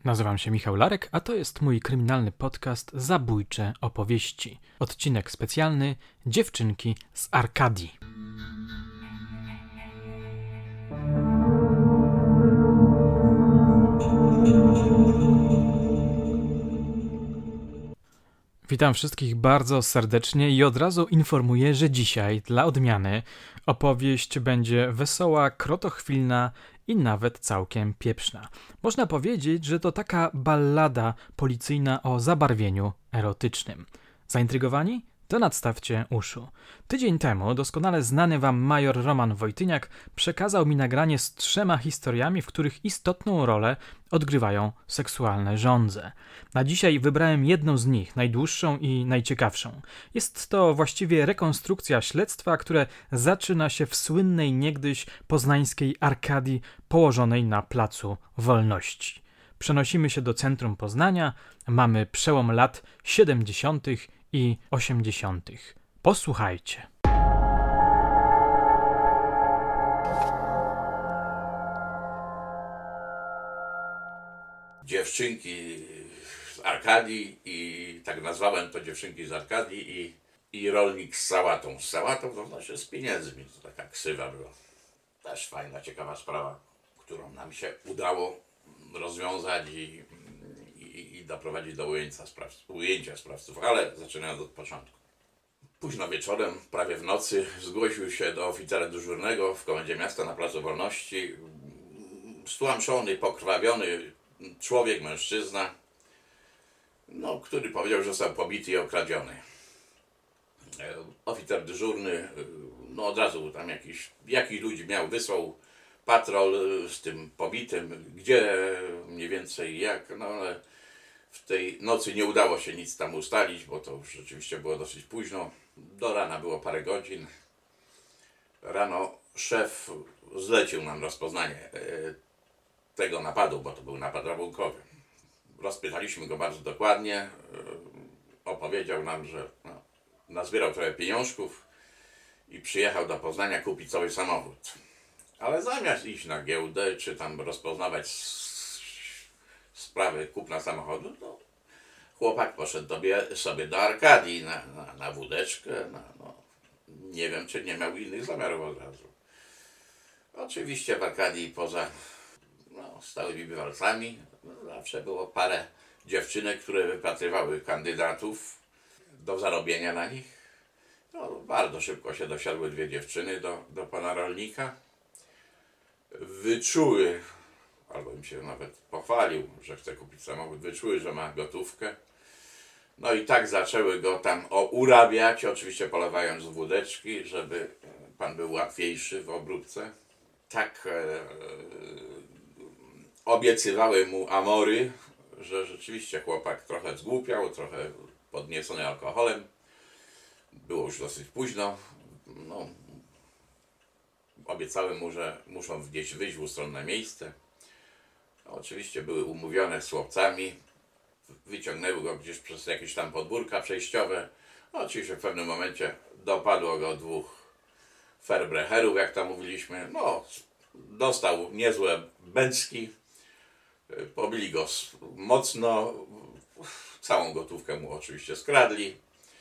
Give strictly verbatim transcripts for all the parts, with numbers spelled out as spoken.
Nazywam się Michał Larek, a to jest mój kryminalny podcast Zabójcze opowieści. Odcinek specjalny Dziewczynki z Arkadii. Witam wszystkich bardzo serdecznie i od razu informuję, że dzisiaj, dla odmiany, opowieść będzie wesoła, krotochwilna i nawet całkiem pieprzna. Można powiedzieć, że to taka ballada policyjna o zabarwieniu erotycznym. Zaintrygowani? To nadstawcie uszu. Tydzień temu doskonale znany wam major Roman Wojtyniak przekazał mi nagranie z trzema historiami, w których istotną rolę odgrywają seksualne żądze. Na dzisiaj wybrałem jedną z nich, najdłuższą i najciekawszą. Jest to właściwie rekonstrukcja śledztwa, które zaczyna się w słynnej niegdyś poznańskiej Arkadii położonej na Placu Wolności. Przenosimy się do centrum Poznania, mamy przełom lat siedemdziesiątych i osiemdziesiątych. Posłuchajcie. Dziewczynki z Arkadii i tak nazwałem to dziewczynki z Arkadii i, i rolnik z sałatą. Z sałatą to znaczy z pieniędzmi, to taka ksywa była. Też fajna, ciekawa sprawa, którą nam się udało rozwiązać i, i, i doprowadzić do ujęcia, sprawców, ujęcia sprawców, ale zaczynając od początku. Późno wieczorem, prawie w nocy, zgłosił się do oficera dyżurnego w komendzie miasta na Placu Wolności stłamszony, pokrwawiony człowiek, mężczyzna, no, który powiedział, że został pobity i okradziony. Oficer dyżurny, no od razu tam jakiś, jakich ludzi miał, wysłał patrol z tym pobitym, gdzie mniej więcej jak, no ale w tej nocy nie udało się nic tam ustalić, bo to już rzeczywiście było dosyć późno. Do rana było parę godzin. Rano szef zlecił nam rozpoznanie tego napadu, bo to był napad rabunkowy. Rozpytaliśmy go bardzo dokładnie. Opowiedział nam, że no, nazbierał trochę pieniążków i przyjechał do Poznania kupić cały samochód. Ale zamiast iść na giełdę, czy tam rozpoznawać sprawy kupna samochodu, to chłopak poszedł dobie, sobie do Arkadii na, na, na wódeczkę. Na, no, nie wiem, czy nie miał innych zamiarów od razu. Oczywiście w Arkadii poza no, stałymi bywalcami no, zawsze było parę dziewczynek, które wypatrywały kandydatów do zarobienia na nich. No, bardzo szybko się dosiadły dwie dziewczyny do, do pana rolnika. Wyczuły, albo im się nawet pochwalił, że chce kupić samochód, wyczuły, że ma gotówkę. No i tak zaczęły go tam o, urabiać, oczywiście polewając z wódeczki, żeby pan był łatwiejszy w obróbce. Tak e, obiecywały mu amory, że rzeczywiście chłopak trochę zgłupiał, trochę podniecony alkoholem. Było już dosyć późno. No, obiecały mu, że muszą gdzieś wyjść w ustronne miejsce. No, oczywiście były umówione z chłopcami. Wyciągnęły go gdzieś przez jakieś tam podwórka przejściowe. No, oczywiście w pewnym momencie dopadło go dwóch ferbrecherów, jak tam mówiliśmy. No, dostał niezłe bęcki. Pobili go mocno. Całą gotówkę mu oczywiście skradli.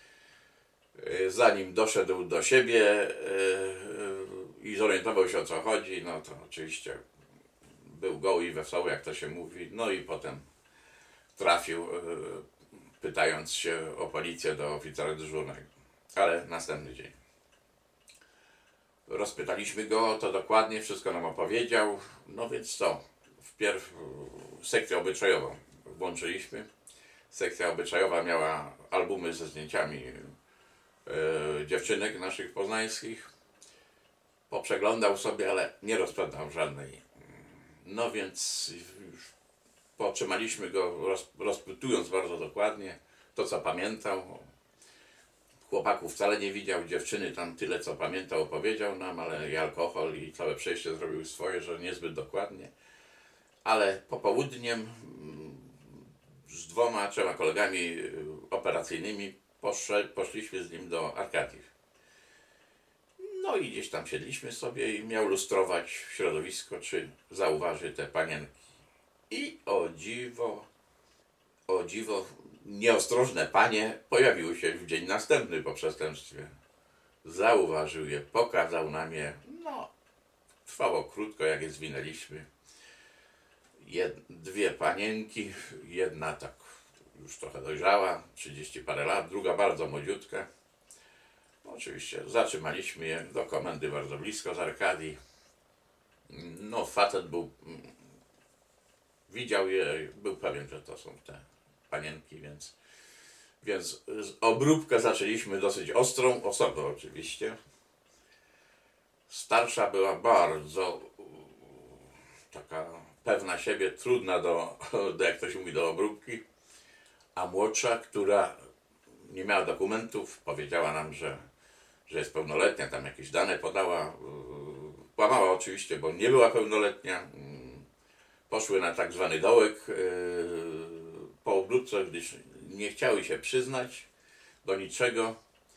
Zanim doszedł do siebie i zorientował się, o co chodzi, no to oczywiście był goły i wesoły, jak to się mówi. No i potem trafił, pytając się o policję, do oficera dyżurnego. Ale następny dzień. Rozpytaliśmy go, to dokładnie wszystko nam opowiedział. No więc co? Wpierw sekcję obyczajową włączyliśmy. Sekcja obyczajowa miała albumy ze zdjęciami e, dziewczynek naszych poznańskich. Poprzeglądał sobie, ale nie rozpoznał żadnej. No więc już potrzymaliśmy go, roz, rozpytując bardzo dokładnie to, co pamiętał. Chłopaków wcale nie widział, dziewczyny tam tyle, co pamiętał, opowiedział nam, ale i alkohol i całe przejście zrobił swoje, że niezbyt dokładnie. Ale popołudniem z dwoma, trzema kolegami operacyjnymi poszli, poszliśmy z nim do Arkadii. No i gdzieś tam siedliśmy sobie i miał lustrować środowisko, czy zauważy te panienki. I o dziwo, o dziwo, nieostrożne panie pojawiły się w dzień następny po przestępstwie. Zauważył je, pokazał nam je. No, trwało krótko, jak je zwinęliśmy. Jed, dwie panienki, jedna tak już trochę dojrzała, trzydzieści parę lat, druga bardzo młodziutka. Oczywiście zatrzymaliśmy je do komendy bardzo blisko z Arkadii. No, facet był, widział je, był pewien, że to są te panienki, więc, więc obróbkę zaczęliśmy dosyć ostrą, osobą oczywiście. Starsza była bardzo taka pewna siebie, trudna do, do, jak to się mówi, do obróbki, a młodsza, która nie miała dokumentów, powiedziała nam, że, że jest pełnoletnia, tam jakieś dane podała, kłamała oczywiście, bo nie była pełnoletnia. Poszły na tak zwany dołek po obróbce, gdyż nie chciały się przyznać do niczego.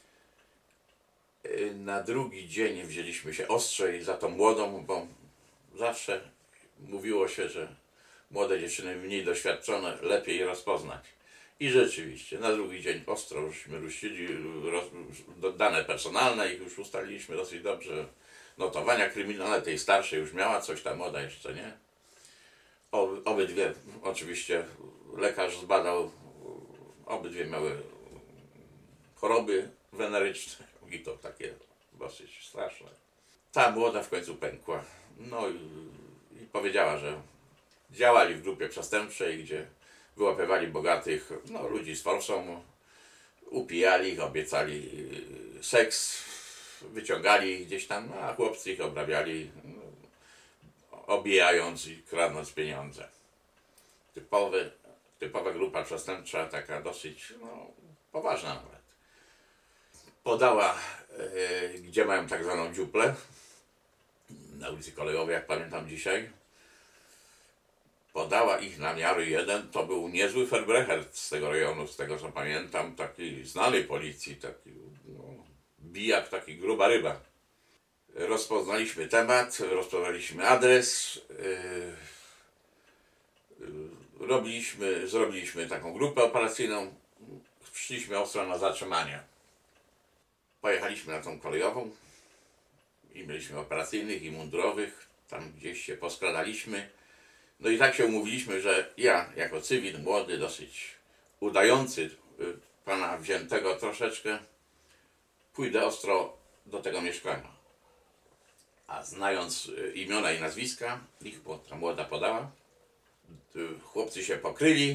Na drugi dzień wzięliśmy się ostrzej za tą młodą, bo zawsze mówiło się, że młode dziewczyny mniej doświadczone, lepiej je rozpoznać. I rzeczywiście, na drugi dzień ostro żeśmy ruszyli, roz, dane personalne ich już ustaliliśmy dosyć dobrze. Notowania kryminalne tej starszej już miała, coś ta młoda jeszcze nie. O, obydwie oczywiście lekarz zbadał, obydwie miały choroby weneryczne i to takie dosyć straszne. Ta młoda w końcu pękła. No i, i powiedziała, że działali w grupie przestępczej, gdzie wyłapywali bogatych no, ludzi z forsą, upijali ich, obiecali seks, wyciągali ich gdzieś tam, a chłopcy ich obrabiali, no, obijając i kradnąc pieniądze. Typowy, typowa grupa przestępcza, taka dosyć no, poważna nawet. Podała, yy, gdzie mają tak zwaną dziuplę, na ulicy Kolejowej, jak pamiętam dzisiaj. Podała ich na miary jeden, to był niezły Verbrecher z tego rejonu, z tego co pamiętam, taki znany policji, taki no, bijak, taki gruba ryba. Rozpoznaliśmy temat, rozpoznaliśmy adres, yy, yy, robiliśmy, zrobiliśmy taką grupę operacyjną, szliśmy ostro na zatrzymanie. Pojechaliśmy na tą kolejową i mieliśmy operacyjnych i mundurowych, tam gdzieś się poskradaliśmy. No i tak się umówiliśmy, że ja jako cywil młody, dosyć udający pana wziętego troszeczkę, pójdę ostro do tego mieszkania. A znając imiona i nazwiska, ich bo ta młoda podała, chłopcy się pokryli,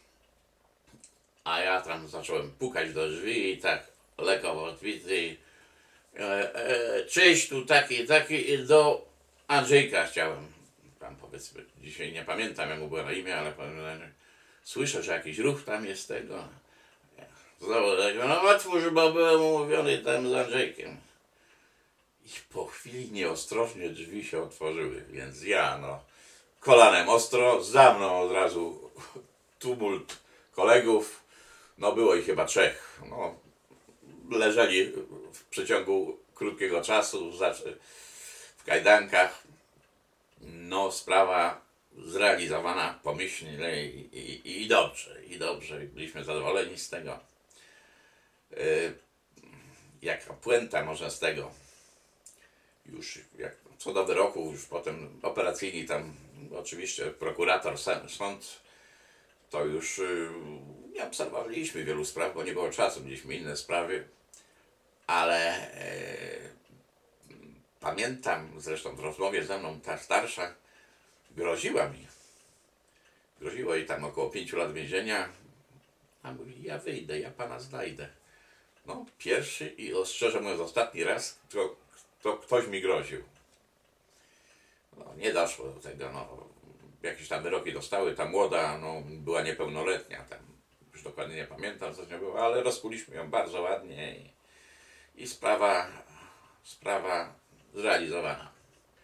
a ja tam zacząłem pukać do drzwi i tak lekko odbity. E, e, cześć, tu taki, taki, do Andrzejka chciałem. Tam powiedzmy, dzisiaj nie pamiętam jak mu było na imię, ale pamiętam, słyszę, że jakiś ruch tam jest tego. Znowu, no otwórz, bo byłem umówiony tam z Andrzejkiem. I po chwili nieostrożnie drzwi się otworzyły, więc ja no kolanem ostro, za mną od razu tumult kolegów, no było ich chyba trzech, no leżeli w przeciągu krótkiego czasu w kajdankach. No sprawa zrealizowana pomyślnie i, i, i dobrze, i dobrze, byliśmy zadowoleni z tego. Yy, jaka puenta może z tego, już jak co do wyroku, już potem operacyjni tam, oczywiście prokurator, sąd, to już yy, nie obserwowaliśmy wielu spraw, bo nie było czasu, mieliśmy inne sprawy, ale yy, pamiętam, zresztą w rozmowie ze mną ta starsza groziła mi, groziło jej tam około pięciu lat więzienia, a mówi, ja wyjdę, ja pana znajdę. No, pierwszy i szczerze mówiąc ostatni raz, to, to ktoś mi groził. No, nie doszło do tego, no, jakieś tam wyroki dostały, ta młoda, no, była niepełnoletnia, tam, już dokładnie nie pamiętam, co z nią było, ale rozkuliśmy ją bardzo ładnie i, i sprawa, sprawa zrealizowana.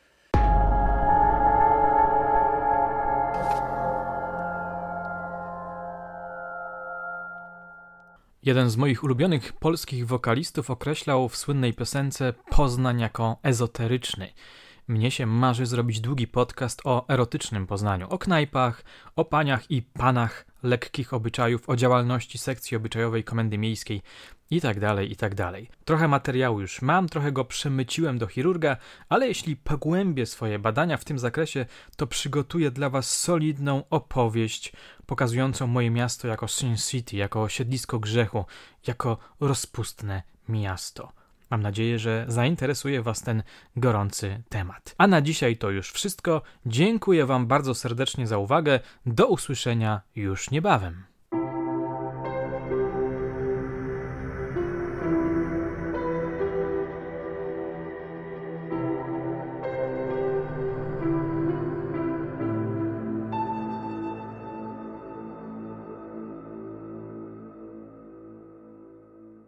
Jeden z moich ulubionych polskich wokalistów określał w słynnej piosence Poznań jako ezoteryczny. mnie się marzy zrobić długi podcast o erotycznym Poznaniu, o knajpach, o paniach i panach lekkich obyczajów, o działalności sekcji obyczajowej Komendy Miejskiej i tak dalej, i tak dalej. Trochę materiału już mam, trochę go przemyciłem do chirurga, ale jeśli pogłębię swoje badania w tym zakresie, to przygotuję dla was solidną opowieść pokazującą moje miasto jako Sin City, jako siedlisko grzechu, jako rozpustne miasto. Mam nadzieję, że zainteresuje was ten gorący temat. A na dzisiaj to już wszystko. Dziękuję wam bardzo serdecznie za uwagę. Do usłyszenia już niebawem.